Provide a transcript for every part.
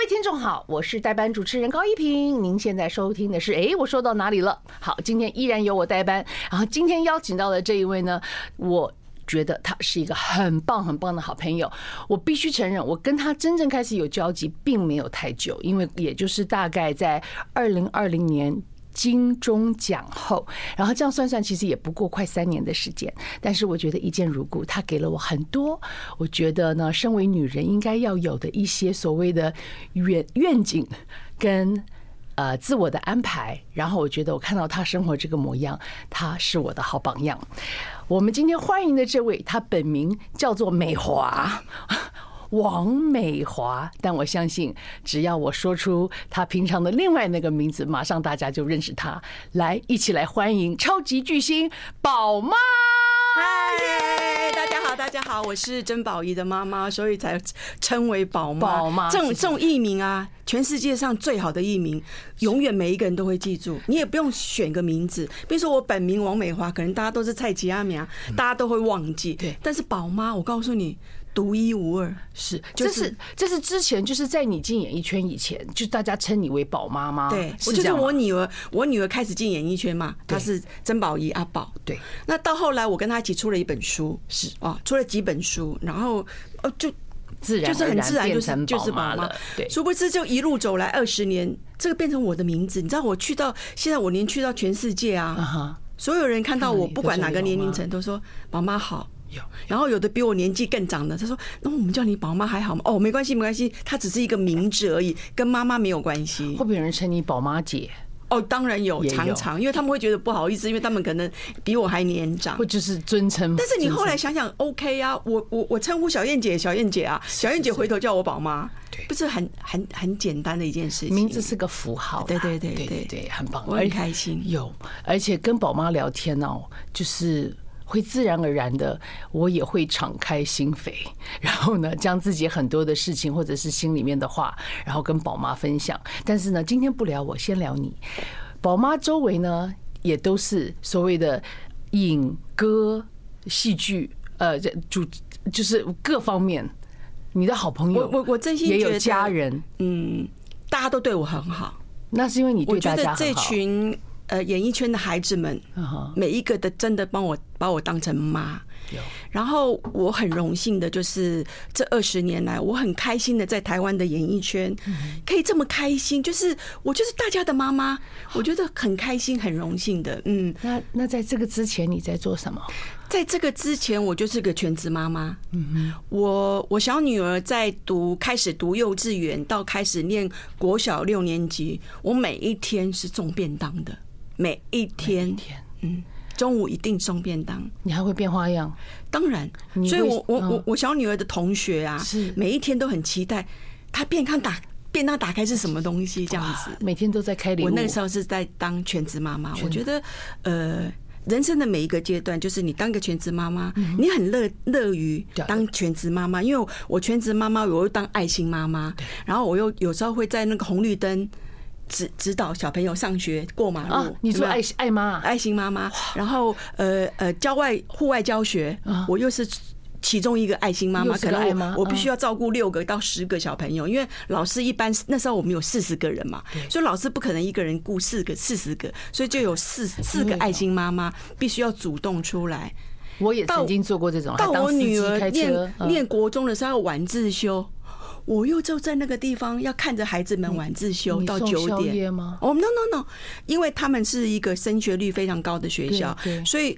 位听众好，我是代班主持人高一平，您现在收听的是我说到哪里了？好，今天依然由我代班，然后今天邀请到的这一位呢，我觉得他是一个很棒很棒的好朋友。我必须承认，我跟他真正开始有交集并没有太久，因为也就是大概在2020年金钟奖后，然后这样算算，其实也不过快3年的时间。但是我觉得一见如故，他给了我很多，我觉得呢，身为女人应该要有的一些所谓的愿景跟自我的安排。然后我觉得我看到他生活这个模样，他是我的好榜样。我们今天欢迎的这位，他本名叫做美华。王美华，但我相信，只要我说出她平常的另外那个名字，马上大家就认识她。来，一起来欢迎超级巨星宝妈！ 嗨，大家好，大家好，我是曾宝仪的妈妈，所以才称为宝妈。宝妈，这种艺名啊，全世界上最好的艺名，永远每一个人都会记住。你也不用选个名字，比如说我本名王美华，可能大家都是蔡奇阿苗，大家都会忘记。对，但是宝妈，我告诉你，独一无二。 是，这是之前就是在你进演艺圈以前，就大家称你为宝妈吗？ 对，就是我女儿开始进演艺圈嘛，她是曾宝仪阿宝。对，那到后来我跟她一起出了一本书，是啊，出了几本书，然后就自然就是很自然就是宝妈。 对， 殊不知就一路走来20年，这个变成我的名字。你知道我去到现在，我连去到全世界啊，所有人看到我，不管哪个年龄层，都说宝妈好。然后有的比我年纪更长的，他说：“那我们叫你宝妈还好吗？”哦，没关系，没关系，它只是一个名字而已，跟妈妈没有关系。 会不会有人称你宝妈姐？ 哦，当然有，常常，因为他们会觉得不好意思，因为他们可能比我还年长， 或就是尊称。 但是你后来想想 ，OK 啊，我称呼小燕姐，小燕姐啊，小燕姐回头叫我宝妈，不是很简单的一件事情。 名字是个符号， 对， 很棒， 我很开心。 而且跟宝妈聊天哦，就是会自然而然的，我也会敞开心扉，然后呢，将自己很多的事情或者是心里面的话，然后跟宝妈分享。但是呢，今天不聊我，先聊你。宝妈周围呢，也都是所谓的影歌、戏剧，就是各方面，你的好朋友， 我真心也有家人， 大家都对我很好。 那是因为你对大家很好。 我觉得这群演艺圈的孩子们，每一个的真的把我当成妈。然后我很荣幸的就是这20年来，我很开心的在台湾的演艺圈可以这么开心，就是我就是大家的妈妈，我觉得很开心，很荣幸的。 那在这个之前你在做什么？ 在这个之前，我就是个全职妈妈。我小女儿在开始读幼稚园到开始念国小6年级，我每一天是送便当的，每一天。中午一定送便当。 你还会变花样？ 当然，所以我小女儿的同学啊，每一天都很期待她便当打开是什么东西，这样子， 每天都在开礼物。 我那个时候是在当全职妈妈，我觉得人生的每一个阶段，就是你当个全职妈妈，你很乐于当全职妈妈，因为我全职妈妈，我又当爱心妈妈，然后我又有时候会在那个红绿灯指导小朋友上学过马路。 你说爱妈爱心妈妈，然后户外教学，我又是其中一个爱心妈妈，可能我必须要照顾6个到10个小朋友，因为老师一般那时候我们有40个人嘛，所以老师不可能一个人顾40个，所以就有4个爱心妈妈必须要主动出来。 我也曾经做过这种， 到我女儿念国中的时候要晚自修，我又就在那个地方要看着孩子们晚自修到9点吗？ 哦 ，no， 因为他们是一个升学率非常高的学校，所以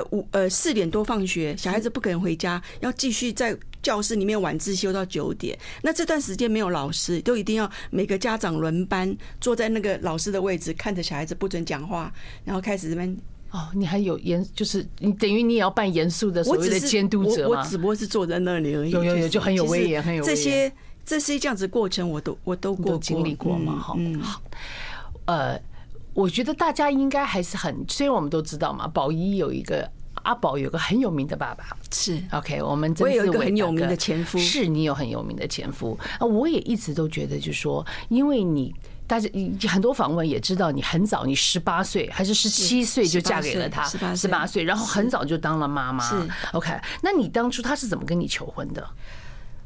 4点多放学，小孩子不可能回家，要继续在教室里面晚自修到9点。那这段时间没有老师，都一定要每个家长轮班坐在那个老师的位置，看着小孩子不准讲话，然后开始这边。 你还有就是你等于你也要扮严肃的所谓的监督者吗？ 我只不过是坐在那里而已。 有，就很有威严，很有威严。 这些这样子过程，我都经历过嘛。好，我觉得大家应该还是虽然我们都知道嘛，宝仪阿宝有个很有名的爸爸， 是 OK。我也有一个很有名的前夫， 是你有很有名的前夫。我也一直都觉得，就是说，因为大家很多访问也知道，你很早，你18岁还是17岁就嫁给了他，18岁，然后很早就当了妈妈。是 OK。那你当初他是怎么跟你求婚的？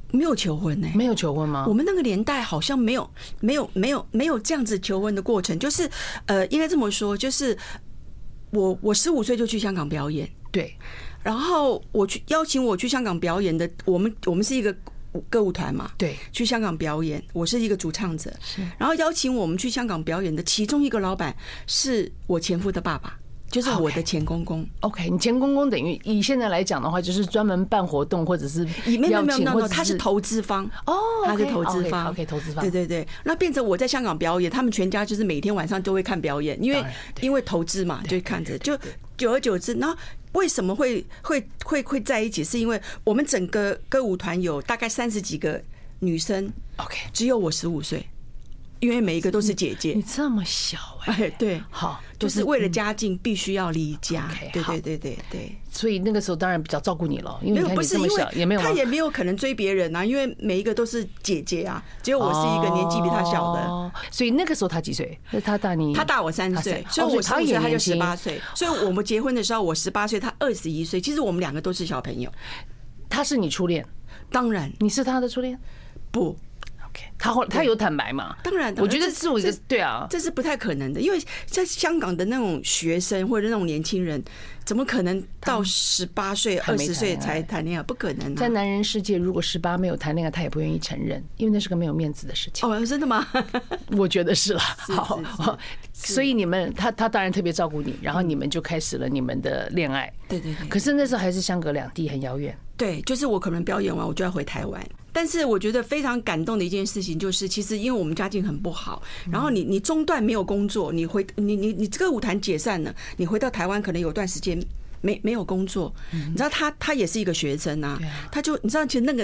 没有求婚没有求婚吗？ 我们那个年代好像没有这样子求婚的过程，就是应该这么说，就是我15岁就去香港表演， 对， 然后邀请我去香港表演的，我们是一个歌舞团嘛， 对， 去香港表演，我是一个主唱者，然后邀请我们去香港表演的其中一个老板是我前夫的爸爸。就是我的前公公。 OK， 你前公公等于以现在来讲的话，就是专门办活动或者是邀请，或者他是投资方哦， 他是投资方 ，OK， 投资方， 对对对。那变成我在香港表演，他们全家就是每天晚上都会看表演，因为投资嘛，就看着，就久而久之，然后为什么会在一起？是因为我们整个歌舞团有大概30几个女生 ，OK， 只有我15岁。因为每一个都是姐姐， 你这么小对， 好， 就是为了家境必须要离家，对， 所以那个时候当然比较照顾你了，因为你看你这么小，也没有他也没有可能追别人啊，因为每一个都是姐姐啊，只有我是一个年纪比他小的， 所以那个时候他几岁？他大你？ 他大我3岁，所以我15岁他就18岁，所以我们结婚的时候我18岁，他21岁，其实我们2个都是小朋友。 他是你初恋？ 当然， 你是他的初恋？ 不。 他有坦白嘛？ 当然， 我觉得是我一个对啊， 这是不太可能的，因为在香港的那种学生或者那种年轻人，怎么可能到18岁、20岁才谈恋爱？不可能。 在男人世界，如果18没有谈恋爱，他也不愿意承认，因为那是个没有面子的事情。 哦，真的吗？ 我觉得是了。好，所以他当然特别照顾你，然后你们就开始了你们的恋爱。 对。 可是那时候还是相隔两地，很遥远。 对，就是我可能表演完我就要回台湾。但是我觉得非常感动的一件事情就是，其实因为我们家境很不好，然后你中断没有工作，你这个舞团解散了，你回到台湾可能有段时间没有工作。你知道他也是一个学生啊，他就你知道其实那个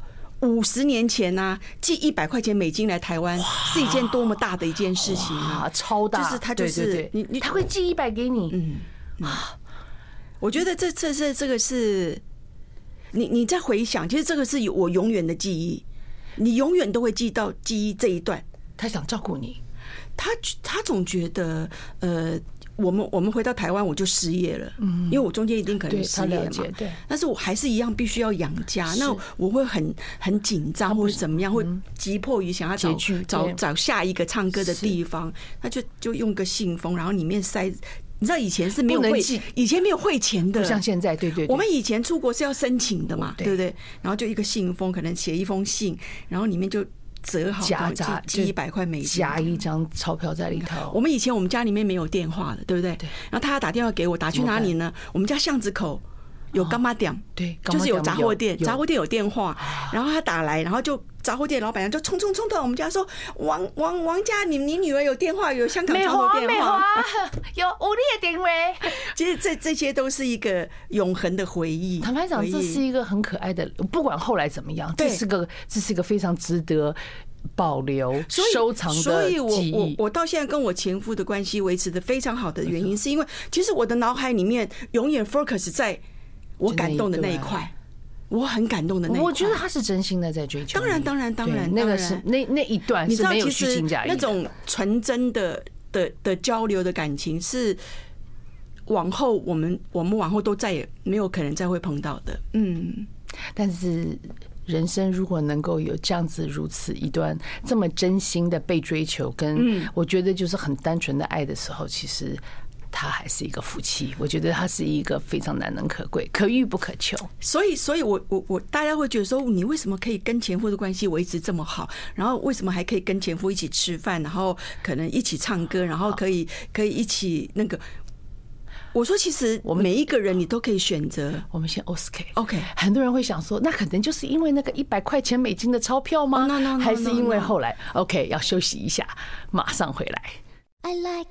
50年前啊，寄100块钱美金来台湾是一件多么大的一件事情啊， 超大， 就是他就是他会寄100给你， 我觉得这个是。你在回想，其实这个是我永远的记忆，你永远都会记忆这一段。 他想照顾你， 他总觉得我们回到台湾我就失业了，因为我中间一定可能失业嘛， 对， 但是我还是一样必须要养家，那我会很紧张或者怎么样，会急迫于想要找下一个唱歌的地方，那就用个信封，然后里面塞。你知道以前是没有以前没有汇钱的， 不像现在。对， 我们以前出国是要申请的嘛，对不对？然后就一个信封，可能写一封信，然后里面就折好，寄100块美金， 夹一张钞票在里头。 我们家里面没有电话的，对不对？然后他要打电话给我，打去哪里呢？我们家巷子口有干妈店， 对， 就是有杂货店，杂货店有电话，然后他打来，然后就杂货店老板娘就冲到我们家说：“王家，你女儿有电话，有香港传统电话， 有你的电话。” 其实这些都是一个永恒的回忆。 坦白讲，这是一个很可爱的，不管后来怎么样，这是一个非常值得保留、收藏的记忆。 所以我到现在跟我前夫的关系维持的非常好的原因，是因为其实我的脑海里面永远 focus 在我感动的那一块。我很感动的那一块， 我觉得他是真心的在追求。 当然， 那个是那一段是没有虚情假意的， 那种纯真的交流的感情是往后我们往后都再也没有可能再会碰到的。 但是人生如果能够有这样子如此一段这么真心的被追求，跟我觉得就是很单纯的爱的时候，其实。他还是一个福气，我觉得他是一个非常难能可贵、可遇不可求。 所以我大家会觉得说，你为什么可以跟前夫的关系维持这么好？然后为什么还可以跟前夫一起吃饭，然后可能一起唱歌，然后可以一起那个？我说，其实每一个人你都可以选择。 我们先 OK， 很多人会想说，那可能就是因为那个100块钱美金的钞票吗？还是因为后来 OK 要休息一下，马上回来。I like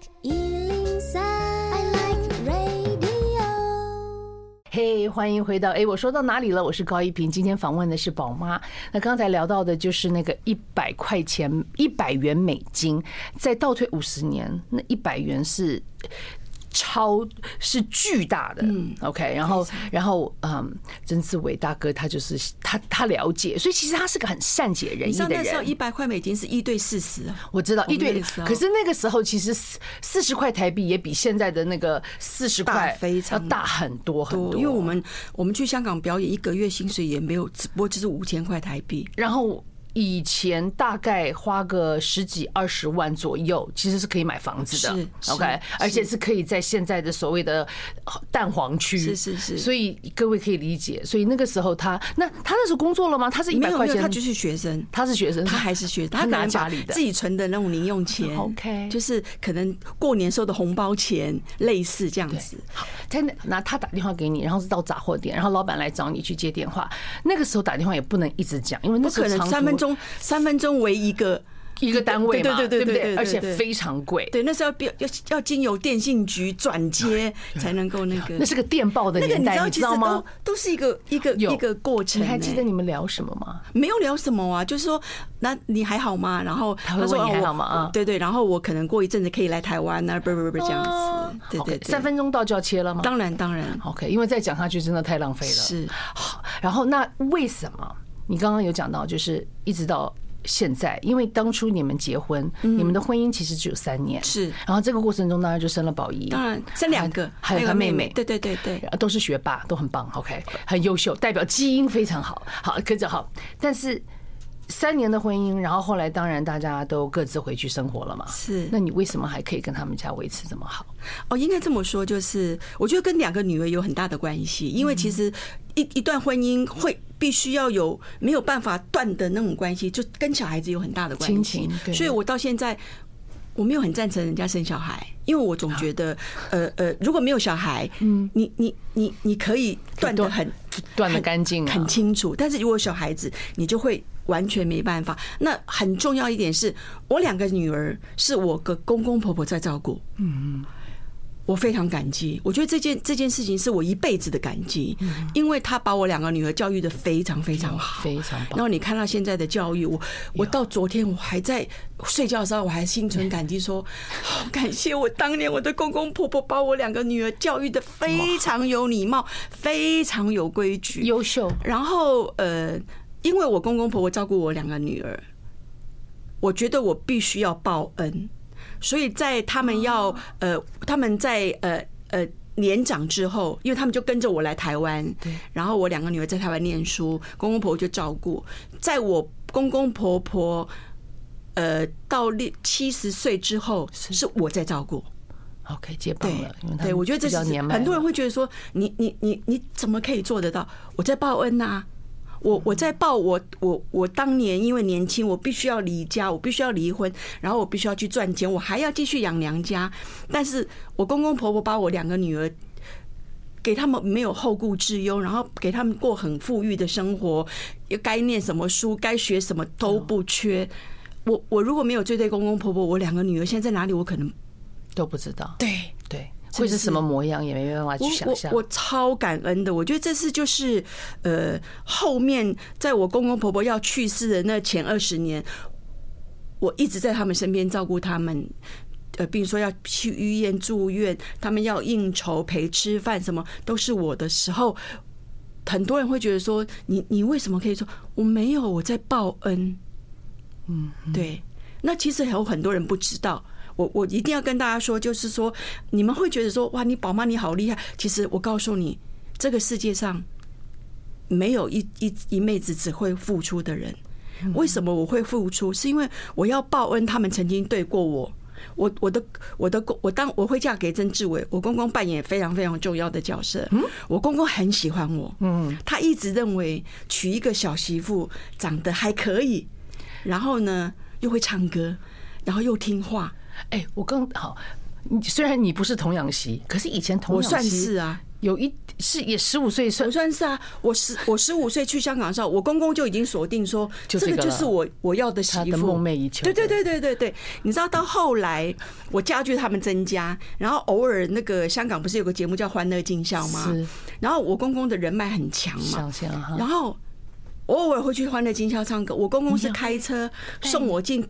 103, I like radio. 嘿，欢迎回到我说到哪里了？我是高一平，今天访问的是宝妈。那刚才聊到的就是那个100块钱，100元美金，再倒退50年，那100元是是巨大的，OK， 然后曾志伟大哥他就是他了解，所以其实他是个很善解人意的人。 那时候100块美金是1对40啊， 我知道1对，可是那个时候其实40块台币也比现在的那个40块要大很多很多。 因为我们去香港表演，1个月薪水也没有，只不过就是5000块台币， 然后。以前大概花个10几20万左右，其实是可以买房子的，OK， 而且是可以在现在的所谓的蛋黄区， 是， 所以各位可以理解。所以那个时候他那时候工作了吗？他是100块钱， 他就是学生， 他是学生， 他还是学生， 他拿家里的自己存的那种零用钱 ，OK， 就是可能过年收的红包钱，类似这样子。 好，那他打电话给你，然后是到杂货店，然后老板来找你去接电话。那个时候打电话也不能一直讲，因为那时候 3分钟为一个单位嘛，对不对？而且对非常贵。 对，那时候要经由电信局转接才能够那个。 那是个电报的年代，你知道吗？ 都是一个过程。 你还记得你们聊什么吗？ 没有聊什么啊，就是说，那你还好吗？然后他说你还好吗？啊， 对，然后我可能过一阵子可以来台湾啊，不这样子。对 ，3分钟到就要切了吗？ 当然。 OK， 因为再讲下去真的太浪费了。 是。 好，然后那为什么？你刚刚有讲到，就是一直到现在，因为当初你们结婚，你们的婚姻其实只有3年， 是。 然后这个过程中当然就生了宝仪， 当然生2个， 还有他妹妹， 对， 都是学霸，都很棒 ，OK， 很优秀，代表基因非常好，可是好，但是3年的婚姻，然后后来当然大家都各自回去生活了嘛， 是。 那你为什么还可以跟他们家维持这么好？ 应该这么说，就是我觉得跟2个女儿有很大的关系，因为其实一段婚姻必须要有没有办法断的那种关系，就跟小孩子有很大的关系。所以我到现在我没有很赞成人家生小孩，因为我总觉得如果没有小孩，你可以断得干净， 很清楚。但是如果有小孩子，你就会完全没办法。那很重要一点是，我2个女儿是我的公公婆婆在照顾，我非常感激。我觉得这件事情是我一辈子的感激，因为他把我2个女儿教育的非常非常好， 非常棒。 然后你看到现在的教育，我到昨天我还在睡觉的时候，我还心存感激，说好感谢我当年我的公公婆婆把我2个女儿教育的非常有礼貌，非常有规矩， 优秀。然后因为我公公婆婆照顾我2个女儿，我觉得我必须要报恩。所以在他们在年长之后，因为他们就跟着我来台湾，然后我2个女儿在台湾念书，公公婆婆就照顾。在我公公婆婆到70岁之后，是我在照顾。 OK， 接棒了。 对，我觉得这是很多人会觉得说，你怎么可以做得到？我在报恩啊！我在报我当年因为年轻，我必须要离家，我必须要离婚，然后我必须要去赚钱，我还要继续养娘家。但是我公公婆婆把我2个女儿给他们没有后顾之忧，然后给他们过很富裕的生活，该念什么书，该学什么都不缺。我如果没有这对公公婆婆，我2个女儿现在在哪里，我可能都不知道。 对。 会是什么模样也没办法去想象。 我超感恩的，我觉得这是就是后面在我公公婆婆要去世的那前20年，我一直在他们身边照顾他们。比如说要去医院住院，他们要应酬陪吃饭，什么都是我的时候，很多人会觉得说你为什么可以说我没有，我在报恩？对。那其实有很多人不知道。我一定要跟大家说，就是说，你们会觉得说，哇，你宝妈你好厉害。其实我告诉你，这个世界上没有一辈子只会付出的人。为什么我会付出？是因为我要报恩，他们曾经对过我。我会嫁给曾志伟，我公公扮演非常非常重要的角色。我公公很喜欢我，他一直认为娶一个小媳妇长得还可以，然后呢又会唱歌，然后又听话。 我刚好，虽然你不是童养媳，可是以前童养媳我算是啊， 也15岁算， 我算是啊。我15岁去香港的时候，我公公就已经锁定说，这个就是我要的媳妇， 他的梦寐以求。 对，你知道到后来我家具他们增加，然后偶尔那个香港不是有个节目叫《欢乐尽孝》吗？然后我公公的人脉很强嘛，然后偶尔会去欢乐今宵唱歌。我公公是开车送我进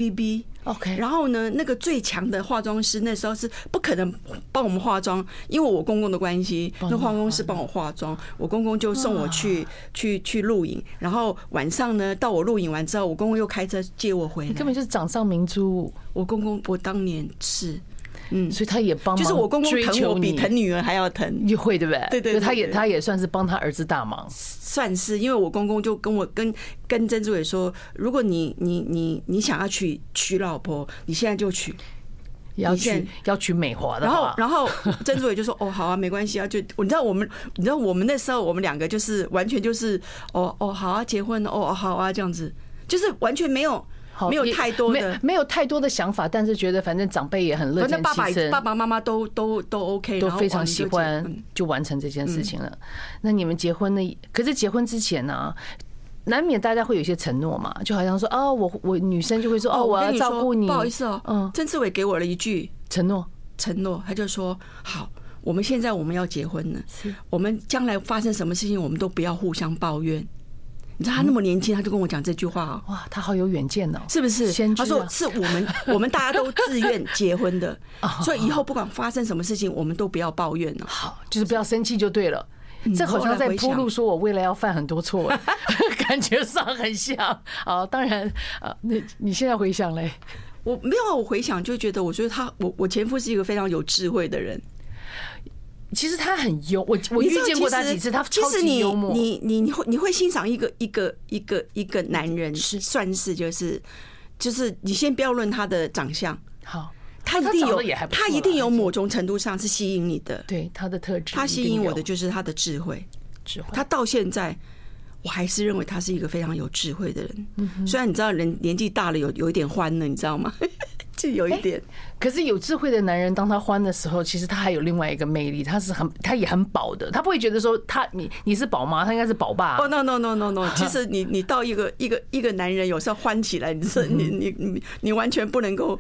TBB。OK， 然后呢，那个最强的化妆师那时候是不可能帮我们化妆，因为我公公的关系，那化妆师帮我化妆，我公公就送我去录影，然后晚上呢，到我录影完之后，我公公又开车接我回来， 根本就是掌上明珠。 我公公，我当年是。 所以他也帮忙， 就是我公公疼我比疼女儿还要疼， 你会对不对？ 对对， 他也算是帮他儿子大忙， 算是。因为我公公就跟曾志伟说，如果你想要娶老婆，你现在就娶， 要娶美华的话， 然后曾志伟就说哦好啊，没关系啊，就你知道我们那时候我们两个就是完全就是哦好啊，结婚哦好啊这样子，就是完全没有太多的没有太多的想法，但是觉得反正长辈也很乐见其成， 爸爸妈妈都 OK， 都非常喜欢，就完成这件事情了。那你们结婚呢？可是结婚之前呢，难免大家会有一些承诺嘛，就好像说哦，我女生就会说哦，我要照顾你。 不好意思哦，曾志伟给我了一句承诺， 他就说好，我们现在要结婚了，我们将来发生什么事情，我们都不要互相抱怨。你知道他那么年轻，他就跟我讲这句话哦， 哇，他好有远见哦， 是不是？他说是我们大家都自愿结婚的，所以以后不管发生什么事情，我们都不要抱怨了。 好，就是不要生气就对了。这好像在铺路，说我未来要犯很多错，感觉上很像啊。当然那你现在回想嘞？ 我没有，我回想就觉得，我觉得我前夫是一个非常有智慧的人。 其实他很幽，我遇见过他几次，他超级幽默。 你会欣赏一个男人，算是就是你先不要论他的长相， 好， 他一定有某种程度上是吸引你的， 对他的特质， 他吸引我的就是他的智慧。他到现在，我还是认为他是一个非常有智慧的人。虽然你知道人年纪大了有一点欢了，你知道吗？就有一点， 可是有智慧的男人，当他欢的时候，其实他还有另外一个魅力，他也很宝的，他不会觉得说你是宝妈，他应该是宝爸。 哦 no， 其实你到一个男人有时候欢起来，你完全不能够，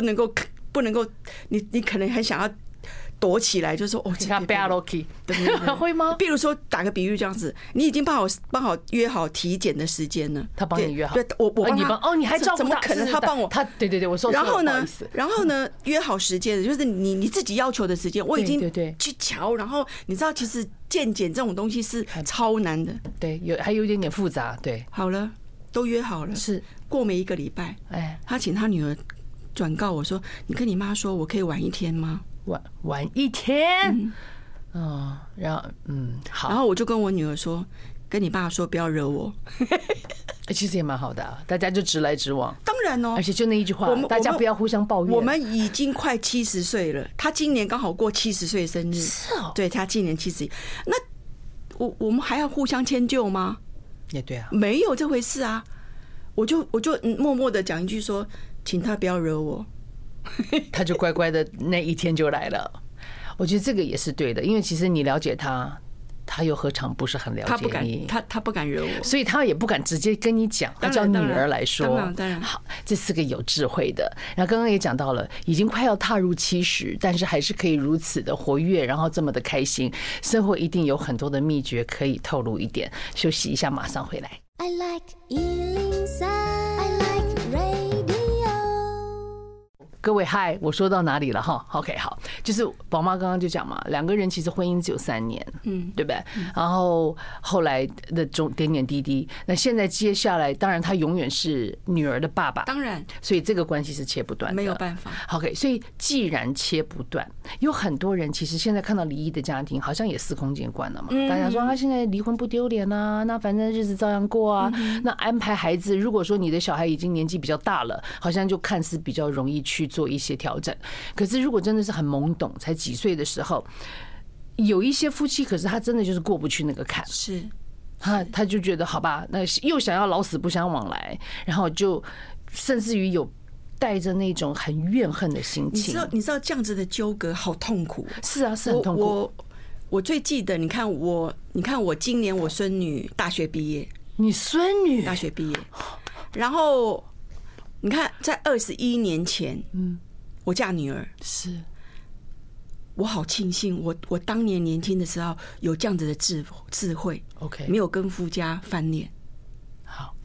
你可能很想要躲起来，就说哦， 这个会吗？ 比如说打个比喻这样子，你已经帮好约好体检的时间了， 他帮你约好， 对，我帮他哦，你还照顾他， 怎么可能他帮我？ 他对，我说然后呢，约好时间，就是你自己要求的时间，我已经去瞧，然后你知道，其实健检这种东西是超难的， 对，还有一点点复杂，对， 好了，都约好了， 是过没一个礼拜，他请他女儿转告我说，你跟你妈说我可以晚一天吗？ 晚一天，然后好， 然后我就跟我女儿说，跟你爸说不要惹我。 其实也蛮好的，大家就直来直往。 当然哦， 而且就那一句话，大家不要互相抱怨。 我们已经快70岁了，他今年刚好过70岁生日， 是哦， 对他今年70，那我们还要互相迁就吗？ 也对啊， 没有这回事啊。我就默默的讲一句说，请他不要惹我。 他就乖乖的那一天就来了，我觉得这个也是对的，因为其实你了解他又何尝不是很了解你？ 他不敢惹我， 所以他也不敢直接跟你讲，他叫女儿来说。 当然， 好，这是个有智慧的。然后刚刚也讲到了，已经快要踏入70，但是还是可以如此的活跃，然后这么的开心，生活一定有很多的秘诀可以透露一点。休息一下，马上回来。I like 103, I like radio。各位嗨，我说到哪里了哈 ？OK， 好，就是宝妈刚刚就讲嘛，两个人其实婚姻只有3年，对不对？然后后来的点点滴滴，那现在接下来，当然他永远是女儿的爸爸， 当然， 所以这个关系是切不断的， 没有办法。 OK， 所以既然切不断，有很多人其实现在看到离异的家庭，好像也司空见惯了嘛。大家说他现在离婚不丢脸啊，那反正日子照样过啊。那安排孩子，如果说你的小孩已经年纪比较大了，好像就看似比较容易去做一些调整。可是如果真的是很懵懂，才几岁的时候，有一些夫妻，可是他真的就是过不去那个坎， 是他就觉得好吧，那又想要老死不相往来，然后就甚至于有带着那种很怨恨的心情。 你知道这样子的纠葛好痛苦。 是啊，是很痛苦。 我最记得，你看我今年我孙女大学毕业， 你孙女大学毕业，然后你看在21年前，我嫁女儿， 是我好庆幸我当年年轻的时候有这样子的智慧 ，OK， 没有跟夫家翻脸。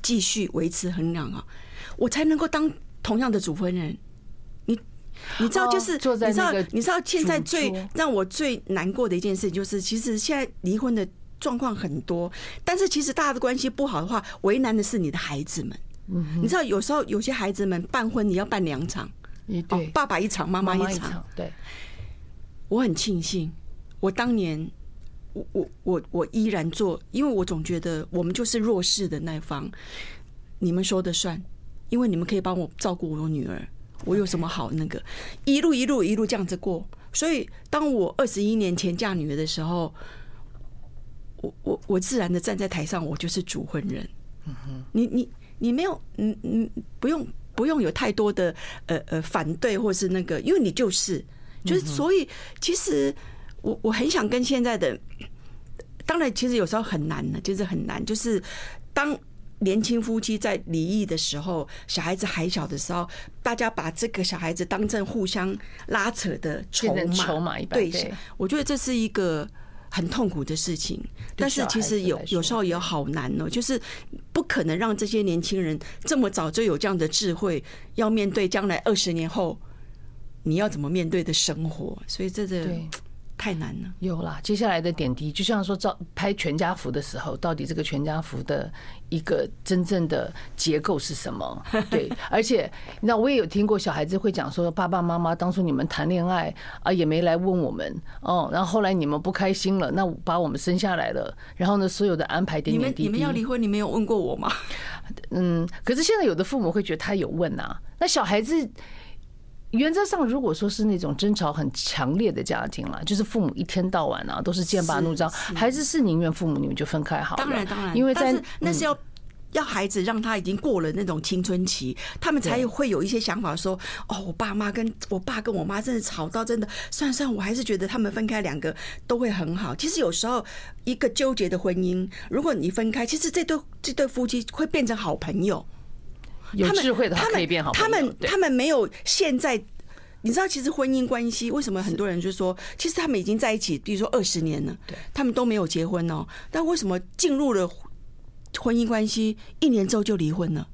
继续维持很良好，我才能够当同样的主婚人。你知道，就是你知道现在最让我最难过的一件事，就是其实现在离婚的状况很多，但是其实大家的关系不好的话，为难的是你的孩子们。你知道，有时候有些孩子们办婚礼要办2场，爸爸1场，妈妈1场。 对， 我很庆幸，我当年我依然做，因为我总觉得我们就是弱势的那一方，你们说的算，因为你们可以帮我照顾我女儿。我有什么好那个一路这样子过？所以当我21年前嫁女儿的时候，我自然的站在台上，我就是主婚人。你没有不用有太多的反对或是那个，因为你就是所以其实我很想跟现在的，当然其实有时候很难的，就是很难，就是当年轻夫妻在离异的时候，小孩子还小的时候，大家把这个小孩子当成互相拉扯的筹码一般。对，我觉得这是一个很痛苦的事情。但是其实有时候也好难哦，就是不可能让这些年轻人这么早就有这样的智慧，要面对将来20年后你要怎么面对的生活，所以这个太难了。 有啦，接下来的点滴，就像说拍全家福的时候，到底这个全家福的一个真正的结构是什么？对，而且你知道，我也有听过小孩子会讲说，爸爸妈妈当初你们谈恋爱啊，也没来问我们哦，然后后来你们不开心了，那把我们生下来了，然后呢，所有的安排点点滴滴， 你们要离婚，你没有问过我吗？ 可是现在有的父母会觉得他有问啊，那小孩子。原则上，如果说是那种争吵很强烈的家庭啦，就是父母一天到晚啊都是剑拔弩张，孩子是宁愿父母你们就分开好了。 当然， 因为那是要孩子让他已经过了那种青春期，他们才会有一些想法说，哦，我爸跟我妈真的吵到真的，算，我还是觉得他们分开2个都会很好。其实有时候一个纠结的婚姻，如果你分开，其实这对夫妻会变成好朋友。 有智慧的话可以变好朋友。 他们没有现在，你知道，其实婚姻关系为什么很多人就说，其实他们已经在一起，比如说20年了，他们都没有结婚哦，但为什么进入了婚姻关系1年之后就离婚了？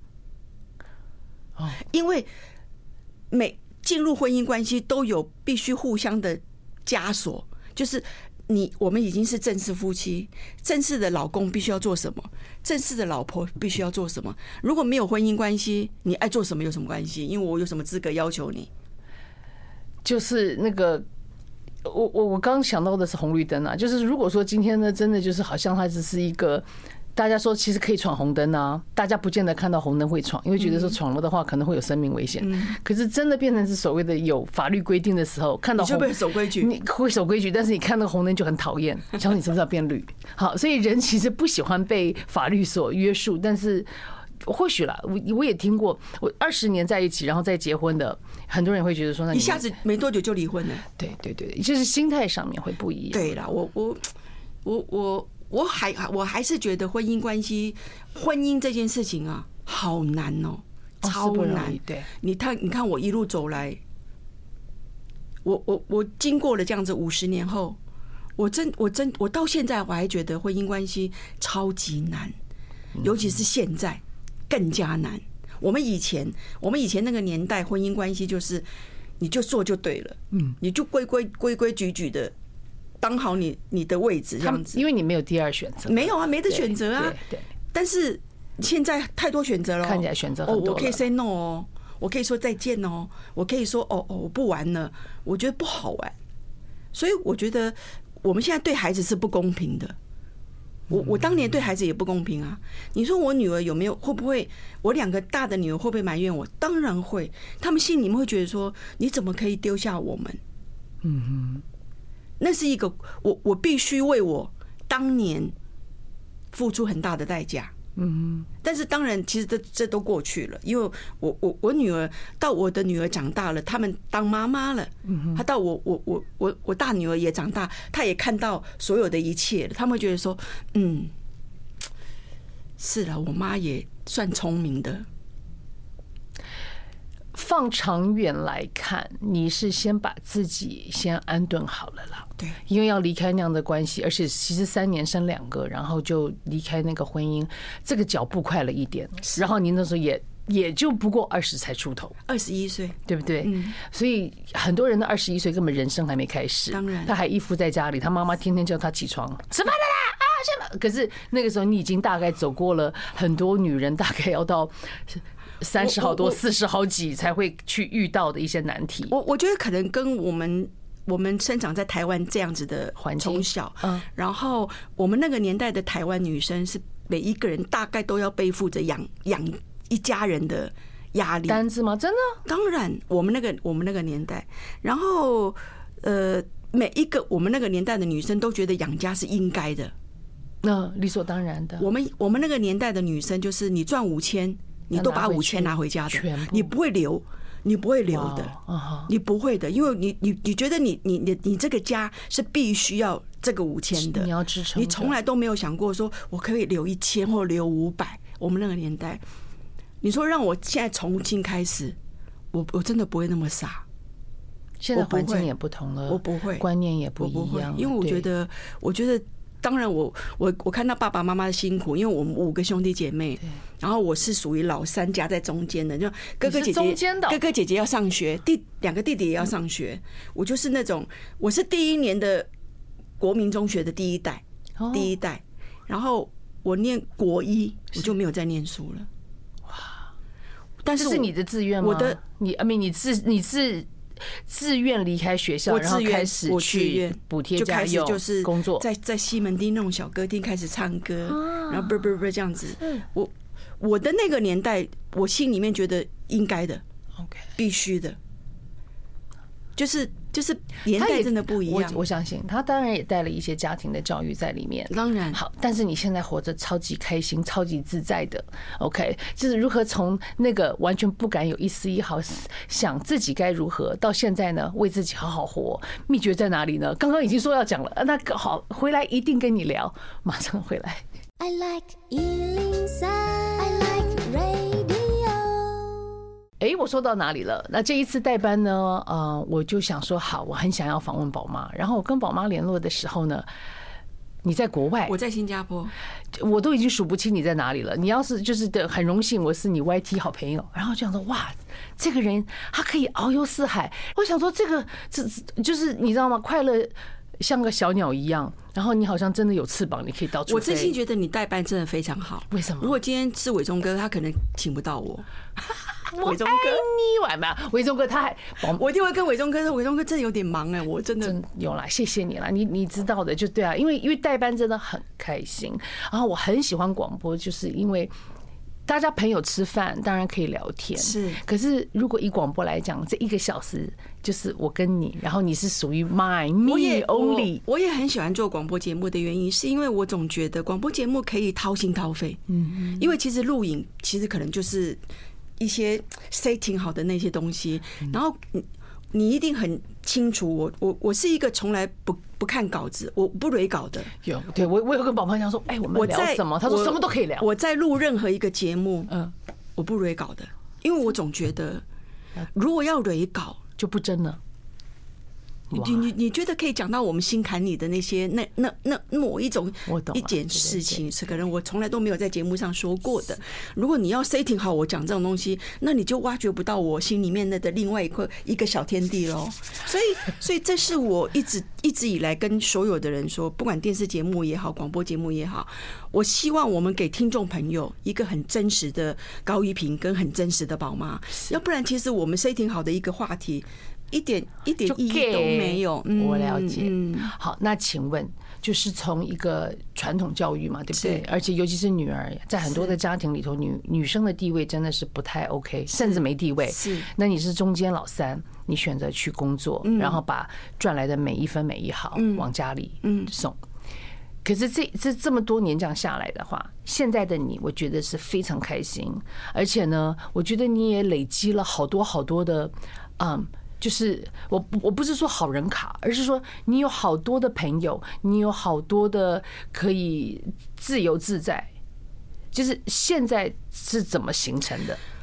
因为每进入婚姻关系都有必须互相的枷锁，就是我们已经是正式夫妻，正式的老公必须要做什么，正式的老婆必须要做什么。如果没有婚姻关系，你爱做什么有什么关系？因为我有什么资格要求你？ 就是那个，我刚想到的是红绿灯啊，就是如果说今天呢，真的就是好像它只是一个。大家说其实可以闯红灯啊，大家不见得看到红灯会闯，因为觉得说闯了的话可能会有生命危险。可是真的变成是所谓的有法律规定的时候，看到红灯你就会守规矩， 你会守规矩，但是你看那个红灯就很讨厌，想说你是不是要变绿？好，所以人其实不喜欢被法律所约束，但是或许啦，我也听过，我20年在一起，然后再结婚的，很多人会觉得说，那一下子没多久就离婚了。 对，就是心态上面会不一样。 对啦，我还是觉得婚姻这件事情啊，好难哦，超难。 对， 你看我一路走来，我经过了这样子50年后，我到现在我还觉得婚姻关系超级难，尤其是现在更加难。我们以前那个年代，婚姻关系就是你就做就对了，你就规规矩矩的。当好你的位置这样子， 因为你没有第二选择， 没有啊，没得选择啊。对，但是现在太多选择了， 看起来选择很多了。 我可以 say no 哦，我可以说再见哦，我可以说我不玩了，我觉得不好玩。所以我觉得我们现在对孩子是不公平的。我当年对孩子也不公平啊。你说我女儿会不会？我2个大的女儿会不会埋怨我？当然会，他们心里面会觉得说，你怎么可以丢下我们？那是一个我必须为我当年付出很大的代价。但是当然，其实这都过去了，因为我女儿到我的女儿长大了，他们当妈妈了，她到我大女儿也长大，她也看到所有的一切了，他们会觉得说，是了，我妈也算聪明的。 放长远来看，你是先把自己先安顿好了啦。 对， 因为要离开那样的关系，而且其实3年生2个，然后就离开那个婚姻，这个脚步快了一点。然后您那时候也就不过20才出头 ，21岁， 对不对？所以很多人的21岁根本人生还没开始， 当然他还依附在家里，他妈妈天天叫他起床吃饭了啦啊！可是那个时候你已经大概走过了很多女人大概要到30好多、40好几才会去遇到的一些难题。 我觉得可能跟我们生长在台湾这样子的环境，从小，然后我们那个年代的台湾女生是每一个人大概都要背负着养一家人的压力单子吗？真的？ 当然，我们那个年代，然后每一个我们那个年代的女生都觉得养家是应该的， 理所当然的。 我们那个年代的女生就是你赚5000，你都把5000拿回家的，你不会留。你不会留的，你不会的，因为你觉得你这个家是必须要这个5000的， 你要支撑， 你从来都没有想过说我可以留1000或留500。我们那个年代，你说让我现在重新开始，我真的不会那么傻。 现在环境也不同了， 我不会， 观念也不一样， 因为我觉得。当然我看到爸爸妈妈的辛苦，因为我们5个兄弟姐妹，然后我是属于老3夹在中间的，就哥哥姐姐要上学，2个弟弟也要上学，我就是那种我是第1年的国民中学的第一代，然后我念国1，我就没有再念书了。哇！但是这是你的志愿吗？你自愿离开学校，然后开始去补贴家用， 就是工作， 在西门町那种小歌厅开始唱歌，然后不这样子。我的那个年代，我心里面觉得应该的，必须的，就是年代真的不一样。 我相信他当然也带了一些家庭的教育在里面， 当然好。但是你现在活着超级开心、超级自在的 ，OK， 就是如何从那个完全不敢有一丝一毫想自己该如何，到现在呢，为自己好好活，秘诀在哪里呢？刚刚已经说要讲了，那好，回来一定跟你聊，马上回来。I like 103, I like radio。我说到哪里了？那这一次代班呢？我就想说，好，我很想要访问宝妈。然后我跟宝妈联络的时候呢，你在国外， 我在新加坡， 我都已经数不清你在哪里了。你要是就是很荣幸，我是你 YT 好朋友。然后就想说，哇，这个人他可以遨游四海。我想说，这就是你知道吗？快乐像个小鸟一样，然后你好像真的有翅膀，你可以到处飞。 我真心觉得你代班真的非常好。 为什么？ 如果今天是伟忠哥，他可能请不到我。 伟忠哥，你玩吧，伟忠哥他还， 我一定会跟伟忠哥说，伟忠哥真的有点忙我真的有啦，谢谢你啦，你知道的就对啊，因为代班真的很开心，然后我很喜欢广播，就是因为大家朋友吃饭当然可以聊天， 是， 可是如果以广播来讲，这1个小时就是我跟你，然后你是属于 me only。 我也很喜欢做广播节目的原因，是因为我总觉得广播节目可以掏心掏肺，因为其实录影其实可能就是一些 setting 好的那些东西，然后你一定很清楚，我是一个从来不看稿子，我不蕊稿的。 对，我有跟宝宝讲说，我们聊什么？他说什么都可以聊。 我在录任何一个节目，我不蕊稿的，因为我总觉得如果要蕊稿就不真了。 你觉得可以讲到我们心坎里的那些那某一种一件事情，是可能我从来都没有在节目上说过的。如果你要 setting 好我讲这种东西，那你就挖掘不到我心里面的另外一个小天地咯。所以这是我一直以来跟所有的人说，不管电视节目也好，广播节目也好，我希望我们给听众朋友一个很真实的高一平跟很真实的宝妈，要不然其实我们 setting 好的一个话题。一点意义都没有。 我了解。好，那请问，就是从一个传统教育嘛，对不对？而且尤其是女儿，在很多的家庭里头，女生的地位真的是不太 OK， 甚至没地位。 是， 那你是中间老3，你选择去工作，然后把赚来的每一分每一毫往家里送。可是这么多年这样下来的话，现在的你，我觉得是非常开心，而且呢，我觉得你也累积了好多的，就是我不是说好人卡，而是说你有好多的朋友，你有好多的可以自由自在。就是现在是怎么形成的？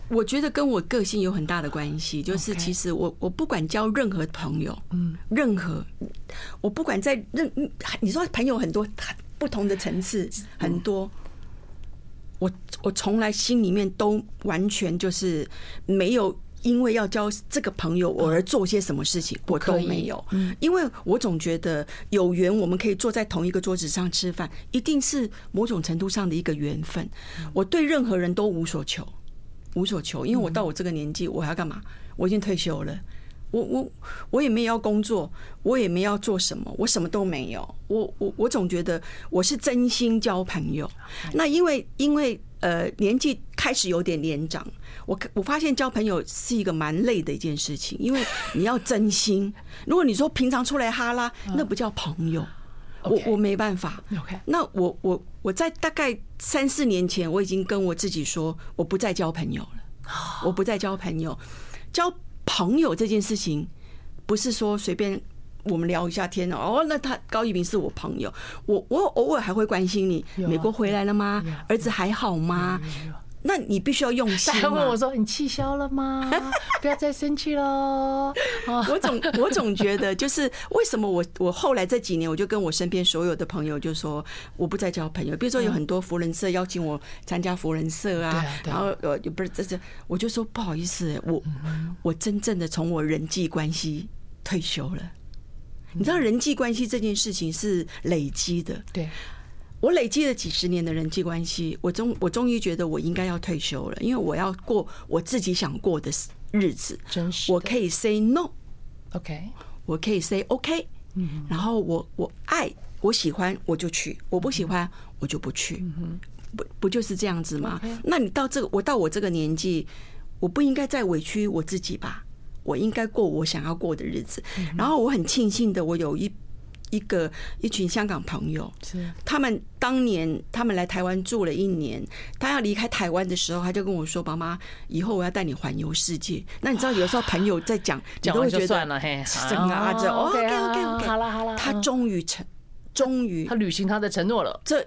我觉得跟我个性有很大的关系，就是其实我不管交任何朋友，任何我不管在你说朋友很多不同的层次很多，我从来心里面都完全就是没有因为要交这个朋友我而做些什么事情，我都没有。因为我总觉得有缘我们可以坐在同一个桌子上吃饭，一定是某种程度上的一个缘分。我对任何人都无所求，因为我到我这个年纪，我还要干嘛？我已经退休了，我也没有要工作，我也没有要做什么，我什么都没有。我总觉得我是真心交朋友。那因为年纪开始有点年长，我发现交朋友是一个蛮累的一件事情，因为你要真心。如果你说平常出来哈拉，那不叫朋友。我没办法。那我在大概3-4年前，我已经跟我自己说，我不再交朋友了。我不再交朋友。交朋友这件事情，不是说随便我们聊一下天哦。那他高一平是我朋友，我偶尔还会关心你，美国回来了吗？儿子还好吗？那你必须要用心。 他问我说：“你气消了吗？不要再生气喽。” 我总觉得，就是为什么我后来这几年，我就跟我身边所有的朋友就说，我不再交朋友。比如说有很多福人社邀请我参加福人社啊，然后不是这，我就说不好意思，我真正的从我人际关系退休了。你知道人际关系这件事情是累积的， 对。 我累积了几十年的人际关系，我终于觉得我应该要退休了，因为我要过我自己想过的日子。 真是， 我可以 say no，OK， 我可以 say OK，然后我爱我喜欢我就去，我不喜欢我就不去，不就是这样子吗？那你到我到我这个年纪，我不应该再委屈我自己吧？我应该过我想要过的日子。然后我很庆幸的，我有一群香港朋友，他们当年他们来台湾住了1年，他要离开台湾的时候，他就跟我说：“妈妈，以后我要带你环游世界。”那你知道有时候朋友在讲，你都会觉得算了，嘿， 整啊这 OK， 好了， 他终于他履行他的承诺了。 这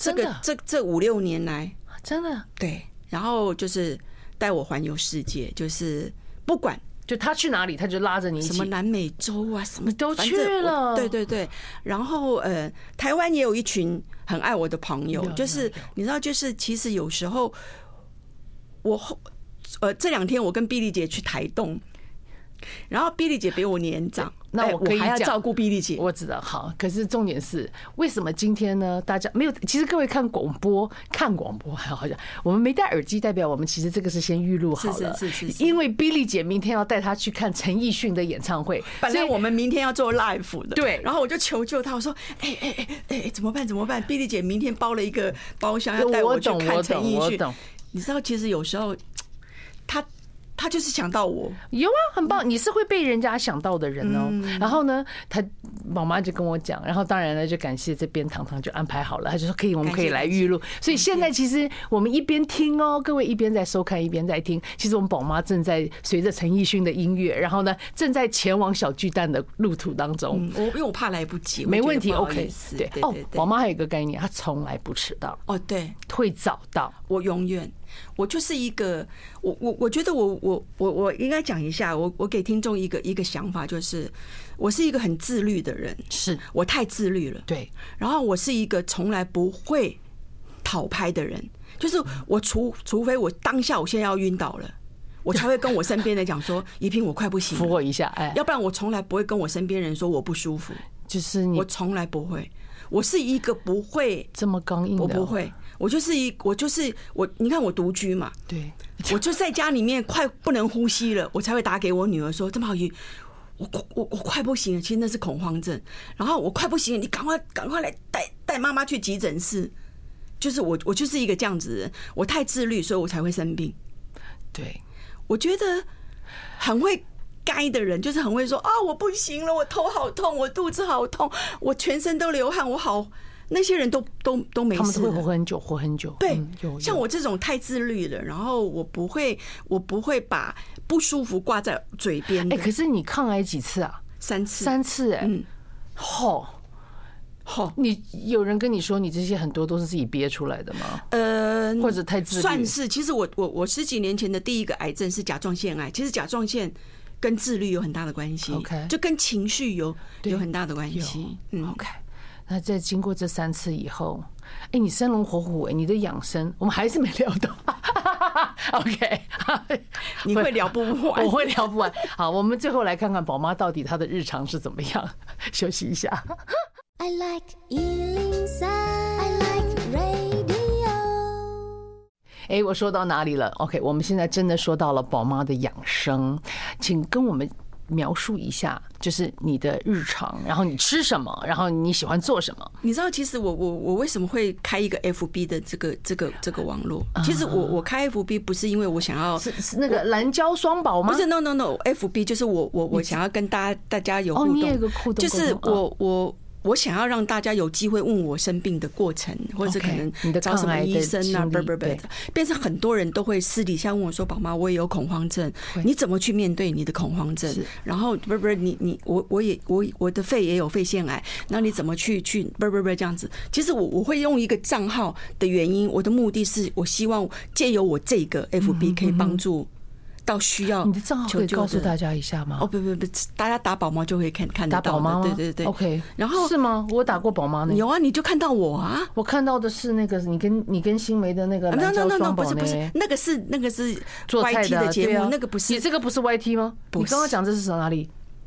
5-6年来， 真的对，然后就是带我环游世界，就是不管。 就他去哪里，他就拉着你一起， 什么南美洲啊，什么都去了。 对。然后台湾也有一群很爱我的朋友，就是你知道，就是其实有时候这2天我跟碧丽姐去台东，然后碧丽姐比我年长。 那我可以还要照顾碧丽姐， 我知道。好，可是重点是为什么今天呢？大家没有，其实各位看广播好像我们没戴耳机，代表我们其实这个是先预录好了。是，因为碧丽姐明天要带她去看陈奕迅的演唱会， 本来我们明天要做 live 的， 对。 然后我就求救她，我说：“怎么办？碧丽姐明天包了一个包厢要带我去看陈奕迅。”你知道，其实有时候他就是想到我， 有啊，很棒，你是会被人家想到的人哦。然后呢，妈妈就跟我讲，然后当然呢，就感谢这边糖糖就安排好了，他就说可以，我们可以来预录。所以现在其实我们一边听哦，各位一边在收看，一边在听。其实我们宝妈正在随着陈奕迅的音乐，然后呢，正在前往小巨蛋的路途当中。 因为我怕来不及， 没问题 ，OK。对哦，宝妈还有一个概念，她从来不迟到。 哦，对， 会早到， 我永远。我就是一个，我觉得我应该讲一下，我给听众一个想法，就是我是一个很自律的人， 是我太自律了， 对。 然后我是一个从来不会讨拍的人，就是我除非我当下我现在要晕倒了，我才会跟我身边人讲说：“怡萍，我快不行了， 扶我一下。” 要不然我从来不会跟我身边人说我不舒服， 就是我从来不会。我是一个不会这么刚硬的， 我不会。我就是我，你看我独居嘛， 对， 我就在家里面快不能呼吸了，我才会打给我女儿说：“郑宝仪，我快不行了。”其实那是恐慌症。然后我快不行了，你赶快来带妈妈去急诊室。就是我就是一个这样子的人，我太自律，所以我才会生病。 对， 我觉得很会该的人，就是很会说啊，我不行了，我头好痛，我肚子好痛，我全身都流汗，我好。那些人都没事， 他们都会活很久。 对，像我这种太自律了，然后我不会把不舒服挂在嘴边的。 可是你抗癌几次啊？3次。你有人跟你说你这些很多都是自己憋出来的吗？ 或者太自律？ 算是。其实我10几年前的第一个癌症是甲状腺癌，其实甲状腺跟自律有很大的关系， OK， 就跟情绪有很大的关系。 OK， 那在经过这3次以后，你生龙活虎，你的养生我们还是没聊到。OK， 你会聊不完， 我会聊不完。好，我们最后来看看宝妈到底她的日常是怎么样。休息一下。I like 103, I like radio。我说到哪里了 ？OK， 我们现在真的说到了宝妈的养生，请跟我们描述一下，就是你的日常，然后你吃什么，然后你喜欢做什么？ 你知道，其实我为什么会开一个 FB 的这个网络？其实我开 FB 不是因为我想要是那个蓝胶双宝吗？ 不是 ，no FB 就是我想要跟大家有互动， 你有个互动， 就是我想要让大家有机会问我生病的过程，或者是可能找什么医生啊，变成很多人都会私底下问我说：“宝妈，我也有恐慌症，你怎么去面对你的恐慌症？然后我的肺也有肺腺癌，那你怎么去这样子？”其实我会用一个账号的原因，我的目的是我希望借由我这个 FB 可以帮助到需要。 你的账号可以告诉大家一下吗？ 不，大家打宝妈就会看得到。 打宝妈吗？ 对。 OK， 然后是吗？我打过宝妈呢。 有啊，你就看到我啊。 我看到的是那个你跟新梅的那个蓝胶双宝呢。 不是，那个是做菜 YT 的节目，那个不是。 你这个不是 YT 吗？你刚刚讲这是哪里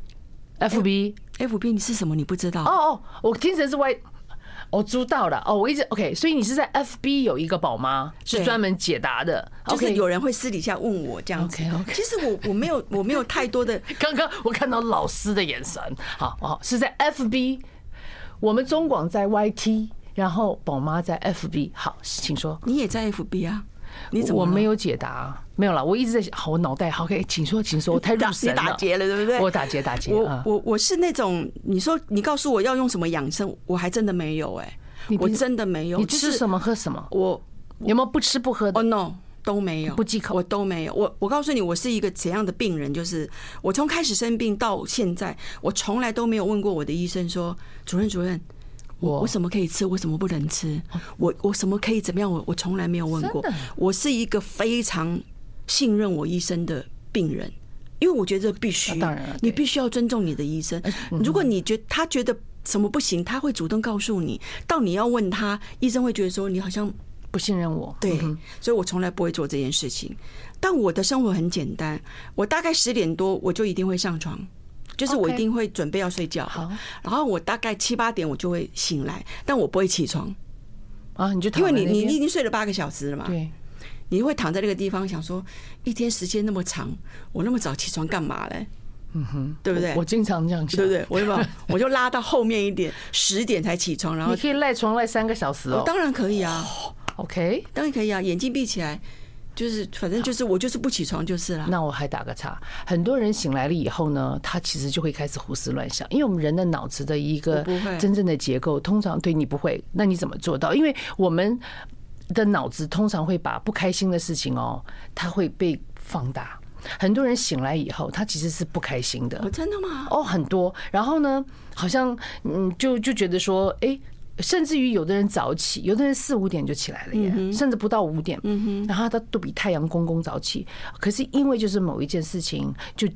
？FB 你是什么？你不知道？ 哦，我听成是 Y。我知道了我一直 OK， 所以你是在 FB 有一个宝妈是专门解答的， 就是有人会私底下问我这样子。 OK， 其实我没有太多的。 刚刚我看到老师的眼神，好，是在 FB， 我们中广在 YT， 然后宝妈在 FB。好，请说。 你也在 FB 啊？你怎么？ 我没有解答，没有了。我一直在想，好，我脑袋好 OK， 请说，我太入神了。 你打结了，对不对？ 我打结。 我是那种，你说你告诉我要用什么养生，我还真的没有我真的没有。 你吃什么喝什么？ 我有没有不吃不喝的 ？No， 都没有， 不忌口， 我都没有。我告诉你，我是一个怎样的病人，就是我从开始生病到现在，我从来都没有问过我的医生说，主任。我什么可以吃，我什么不能吃，我什么可以怎么样，我从来没有问过。我是一个非常信任我医生的病人，因为我觉得必须，你必须要尊重你的医生。如果你他觉得什么不行，他会主动告诉你。到你要问他，医生会觉得说你好像不信任我。 对，所以我从来不会做这件事情。但我的生活很简单，我大概10点多我就一定会上床。就是我一定会准备要睡觉，然后我大概7、8点我就会醒来，但我不会起床啊，你就因为你已经睡了8个小时了嘛， 对， 你会躺在那个地方想说，一天时间那么长，我那么早起床干嘛嘞？对不对？ 我经常这样想， 对不对？我就拉到后面一点，10点才起床，然后你可以赖床赖3个小时哦， 当然可以啊 ，OK， 当然可以啊，眼睛闭起来。就是反正就是我就是不起床就是了。 那我还打个岔，很多人醒来了以后呢，他其实就会开始胡思乱想，因为我们人的脑子的一个真正的结构，通常对你不会，那你怎么做到？因为我们的脑子通常会把不开心的事情它会被放大。很多人醒来以后，他其实是不开心的。 真的吗？ 很多。然后呢，好像就觉得说，甚至于有的人早起，有的人4、5点就起来了耶，甚至不到5点，然后他都比太阳公公早起。可是因为就是某一件事情就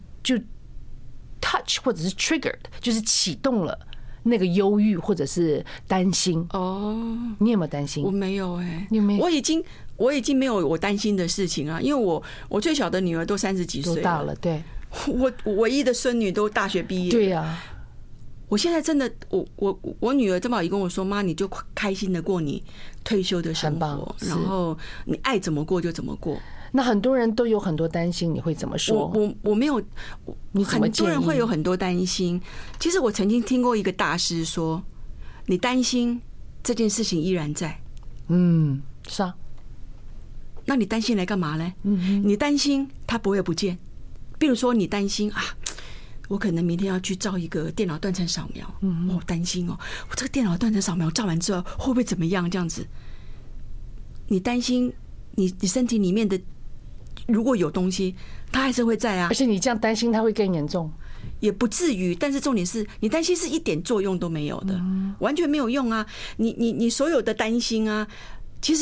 touch 或者是 triggered， 就是启动了那个忧郁或者是担心。你有没有担心？ 我没有你有没有？ 我已经没有我担心的事情啊，因为我最小的女儿都30几岁了， 都大了，对。 我唯一的孙女都大学毕业， 对呀。 我现在真的，我女儿这么好，跟我说：“妈，你就开心的过你退休的生活，然后你爱怎么过就怎么过。” 那很多人都有很多担心，你会怎么说？ 我没有，很多人会有很多担心。其实我曾经听过一个大师说：“你担心这件事情依然在。” 是啊。 那你担心来干嘛呢？你担心它不会不见。比如说，你担心我可能明天要去照一个电脑断层扫描，我担心我这个电脑断层扫描照完之后会不会怎么样？这样子，你担心你身体里面的如果有东西，它还是会在啊。 而且你这样担心，它会更严重， 也不至于。但是重点是你担心是一点作用都没有的，完全没有用啊！你所有的担心啊，其实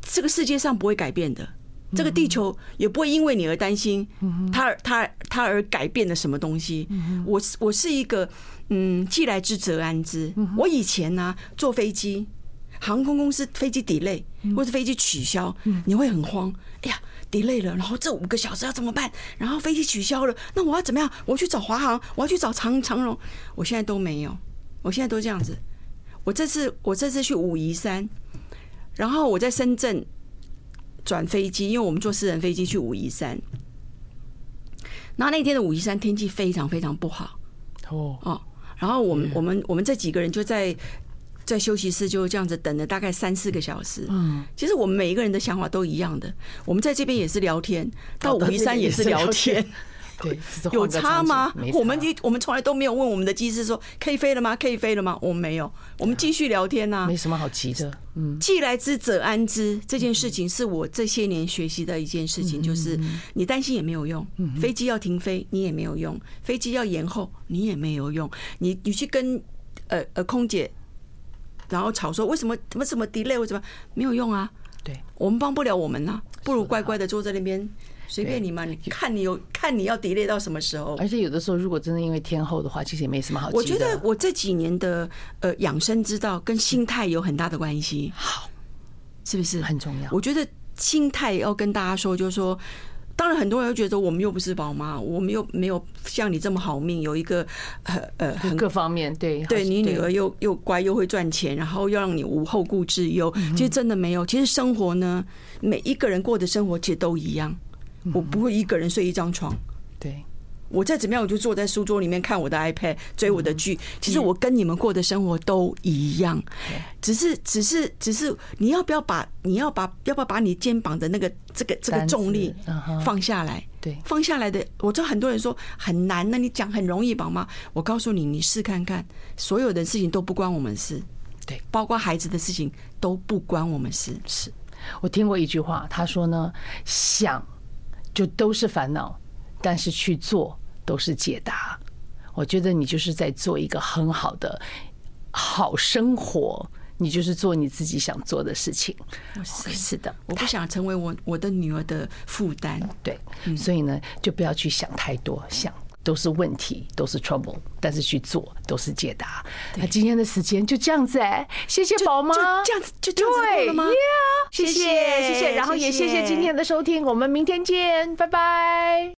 这个世界上不会改变的，这个地球也不会因为你而担心它而改变了什么东西。我是一个既来之则安之。我以前呢坐飞机，航空公司飞机 delay 或是飞机取消，你会很慌，哎呀 delay 了，然后这5个小时要怎么办？然后飞机取消了，那我要怎么样？我去找华航，我要去找长荣。我现在都没有，我现在都这样子。我这次去武夷山，然后我在深圳转飞机，因为我们坐私人飞机去武夷山。然后那天的武夷山天气非常非常不好哦，然后我们这几个人就在休息室就这样子等了大概3-4个小时。其实我们每一个人的想法都一样的，我们在这边也是聊天，到武夷山也是聊天。 对， 有差吗？我们从来都没有问我们的机师说可以飞了吗？可以飞了吗？我们没有，我们继续聊天啊， 没什么好急的。 既来之则安之，这件事情是我这些年学习的一件事情，就是你担心也没有用，飞机要停飞你也没有用，飞机要延后你也没有用，你去跟空姐然后吵说为什么 delay 为什么没有用啊？ 对， 我们帮不了我们啊，不如乖乖的坐在那边。随便你嘛，你看你要 delay 到什么时候？ 而且有的时候，如果真的因为天候的话，其实也没什么好急的。 我觉得我这几年的养生之道跟心态有很大的关系。 好， 是不是很重要？ 我觉得心态要跟大家说，就是说，当然很多人会觉得我们又不是宝妈，我们又没有像你这么好命，有一个各方面对你女儿又乖又会赚钱，然后又让你无后顾之忧。其实真的没有，其实生活呢，每一个人过的生活其实都一样。我不会一个人睡一张床， 对， 我再怎么样，我就坐在书桌里面看我的 iPad， 追我的剧。其实我跟你们过的生活都一样，只是你要不要把你肩膀的那个这个重力放下来？对，放下来的。我知道很多人说很难，那你讲很容易吧吗？我告诉你，你试看看，所有的事情都不关我们事， 对， 包括孩子的事情都不关我们事。 是我听过一句话，他说呢，想就都是烦恼，但是去做都是解答。我觉得你就是在做一个很好的好生活，你就是做你自己想做的事情。是的， 我不想成为我的女儿的负担。 对，所以呢，就不要去想太多，想都是问题，都是 trouble， 但是去做都是解答。那今天的时间就这样子谢谢宝妈， 这样子就这样子过了吗？ 谢谢，然后也谢谢今天的收听，我们明天见，拜拜。